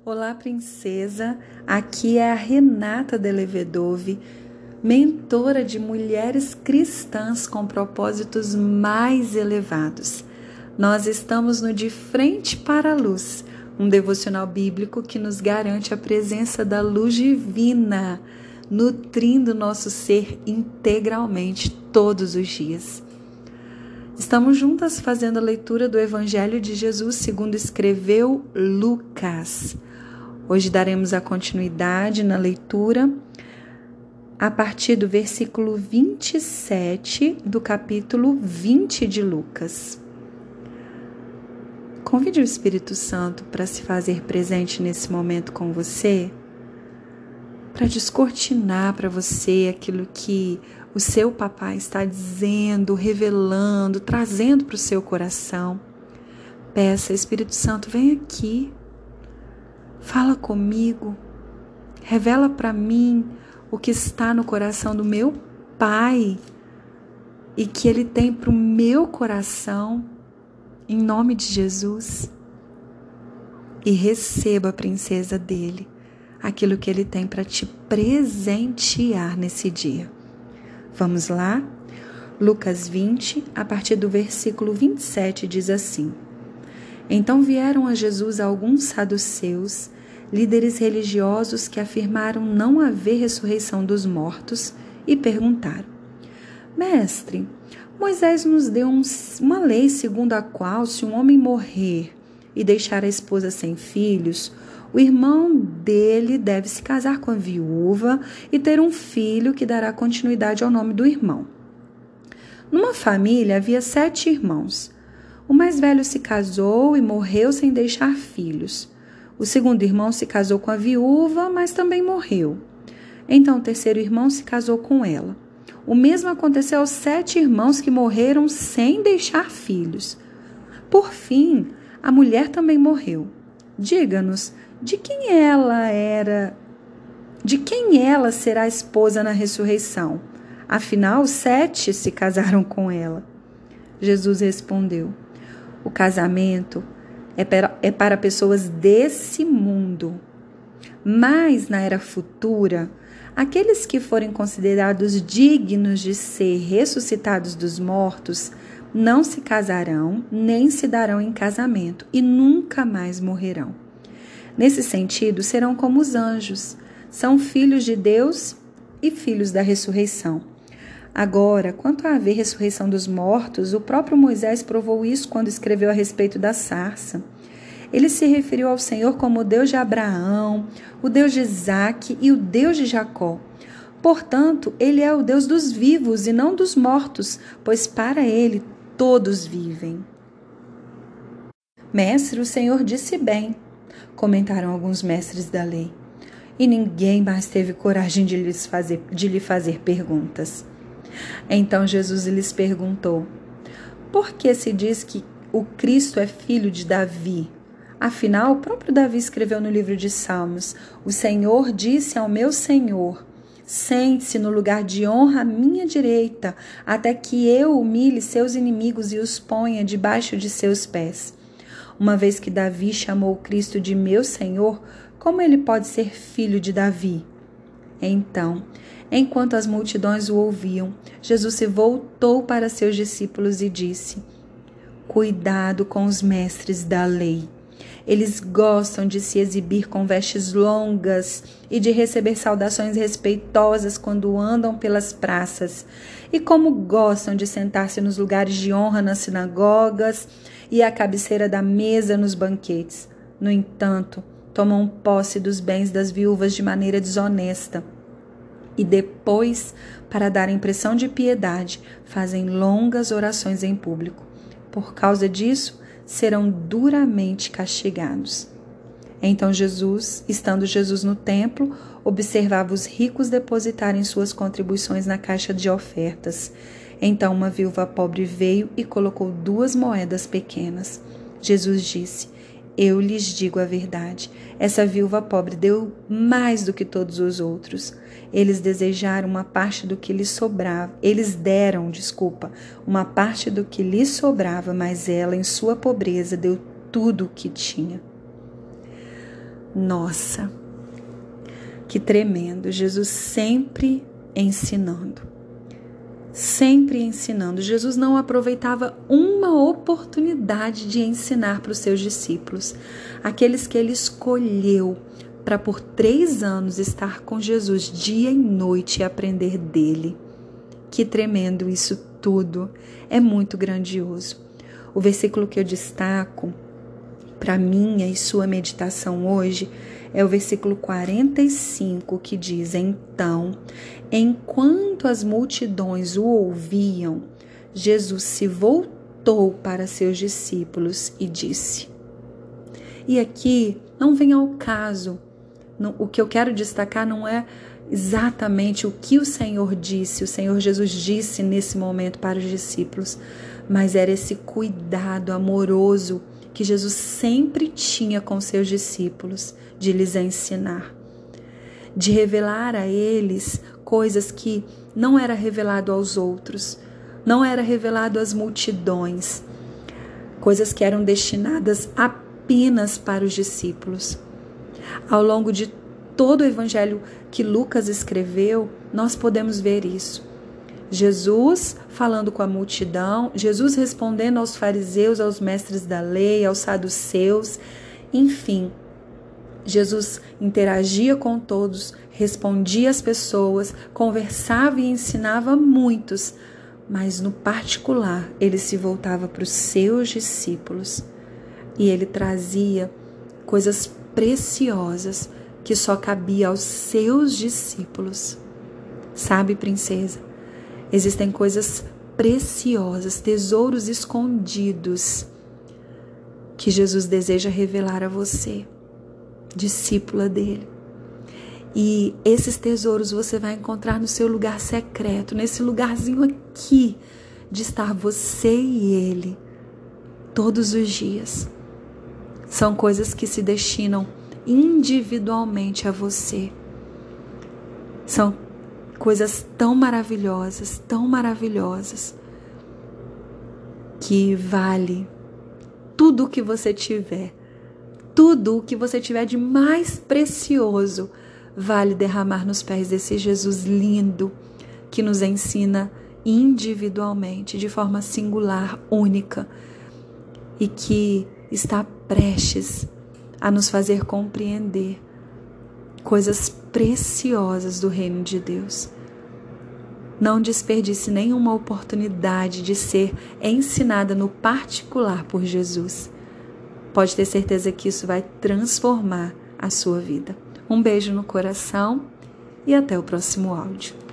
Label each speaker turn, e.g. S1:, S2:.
S1: Olá, princesa! Aqui é a Renata Delevedove, mentora de mulheres cristãs com propósitos mais elevados. Nós estamos no De Frente para a Luz, um devocional bíblico que nos garante a presença da luz divina, nutrindo nosso ser integralmente todos os dias. Estamos juntas fazendo a leitura do Evangelho de Jesus segundo escreveu Lucas. Hoje daremos a continuidade na leitura a partir do versículo 27 do capítulo 20 de Lucas. Convide o Espírito Santo para se fazer presente nesse momento com você, para descortinar para você aquilo que o seu papai está dizendo, revelando, trazendo para o seu coração. Peça, Espírito Santo, vem aqui. Fala comigo, revela para mim o que está no coração do meu Pai e que Ele tem para o meu coração, em nome de Jesus. E receba, princesa dele, aquilo que Ele tem para te presentear nesse dia. Vamos lá? Lucas 20, a partir do versículo 27, diz assim: Então vieram a Jesus alguns saduceus, líderes religiosos que afirmaram não haver ressurreição dos mortos, e perguntaram: Mestre, Moisés nos deu uma lei segundo a qual, se um homem morrer e deixar a esposa sem filhos, o irmão dele deve se casar com a viúva e ter um filho que dará continuidade ao nome do irmão. Numa família havia 7 irmãos. O mais velho se casou e morreu sem deixar filhos. O segundo irmão se casou com a viúva, mas também morreu. Então o terceiro irmão se casou com ela. O mesmo aconteceu aos 7 irmãos que morreram sem deixar filhos. Por fim, a mulher também morreu. Diga-nos, de quem ela será esposa na ressurreição? Afinal, 7 se casaram com ela. Jesus respondeu: O casamento é para pessoas desse mundo. Mas, na era futura, aqueles que forem considerados dignos de ser ressuscitados dos mortos não se casarão, nem se darão em casamento e nunca mais morrerão. Nesse sentido, serão como os anjos, são filhos de Deus e filhos da ressurreição. Agora, quanto a haver ressurreição dos mortos, o próprio Moisés provou isso quando escreveu a respeito da sarça. Ele se referiu ao Senhor como o Deus de Abraão, o Deus de Isaque e o Deus de Jacó. Portanto, ele é o Deus dos vivos e não dos mortos, pois para ele todos vivem. Mestre, o Senhor disse bem, comentaram alguns mestres da lei. E ninguém mais teve coragem de lhe fazer perguntas. Então Jesus lhes perguntou: Por que se diz que o Cristo é filho de Davi? Afinal, o próprio Davi escreveu no livro de Salmos: O Senhor disse ao meu Senhor: Sente-se no lugar de honra à minha direita, até que eu humilhe seus inimigos e os ponha debaixo de seus pés. Uma vez que Davi chamou o Cristo de meu Senhor, como ele pode ser filho de Davi? Então, enquanto as multidões o ouviam, Jesus se voltou para seus discípulos e disse: Cuidado com os mestres da lei. Eles gostam de se exibir com vestes longas e de receber saudações respeitosas quando andam pelas praças. E como gostam de sentar-se nos lugares de honra nas sinagogas e à cabeceira da mesa nos banquetes. No entanto, tomam posse dos bens das viúvas de maneira desonesta. E depois, para dar a impressão de piedade, fazem longas orações em público. Por causa disso, serão duramente castigados. Então estando Jesus no templo, observava os ricos depositarem suas contribuições na caixa de ofertas. Então uma viúva pobre veio e colocou 2 moedas pequenas. Jesus disse: Eu lhes digo a verdade, essa viúva pobre deu mais do que todos os outros. Eles deram uma parte do que lhes sobrava, mas ela, em sua pobreza, deu tudo o que tinha. Nossa, que tremendo! Jesus sempre ensinando. Sempre ensinando. Jesus não aproveitava uma oportunidade de ensinar para os seus discípulos, aqueles que ele escolheu para por 3 anos estar com Jesus dia e noite e aprender dele. Que tremendo isso tudo! É muito grandioso. O versículo que eu destaco para minha e sua meditação hoje é o versículo 45, que diz: Então, enquanto as multidões o ouviam, Jesus se voltou para seus discípulos e disse. E aqui não vem ao caso, o que eu quero destacar não é exatamente o que o Senhor Jesus disse nesse momento para os discípulos, mas era esse cuidado amoroso que Jesus sempre tinha com seus discípulos, de lhes ensinar, de revelar a eles coisas que não era revelado aos outros, não era revelado às multidões, coisas que eram destinadas apenas para os discípulos. Ao longo de todo o evangelho que Lucas escreveu, nós podemos ver isso. Jesus falando com a multidão, Jesus respondendo aos fariseus, aos mestres da lei, aos saduceus, enfim. Jesus interagia com todos, respondia às pessoas, conversava e ensinava a muitos, mas no particular ele se voltava para os seus discípulos e ele trazia coisas preciosas que só cabia aos seus discípulos. Sabe, princesa? Existem coisas preciosas, tesouros escondidos que Jesus deseja revelar a você, discípula dele. E esses tesouros você vai encontrar no seu lugar secreto, nesse lugarzinho aqui de estar você e ele todos os dias. São coisas que se destinam individualmente a você. São coisas tão maravilhosas, que vale tudo o que você tiver. Tudo o que você tiver de mais precioso vale derramar nos pés desse Jesus lindo que nos ensina individualmente, de forma singular, única, e que está prestes a nos fazer compreender coisas preciosas do reino de Deus. Não desperdice nenhuma oportunidade de ser ensinada no particular por Jesus. Pode ter certeza que isso vai transformar a sua vida. Um beijo no coração e até o próximo áudio.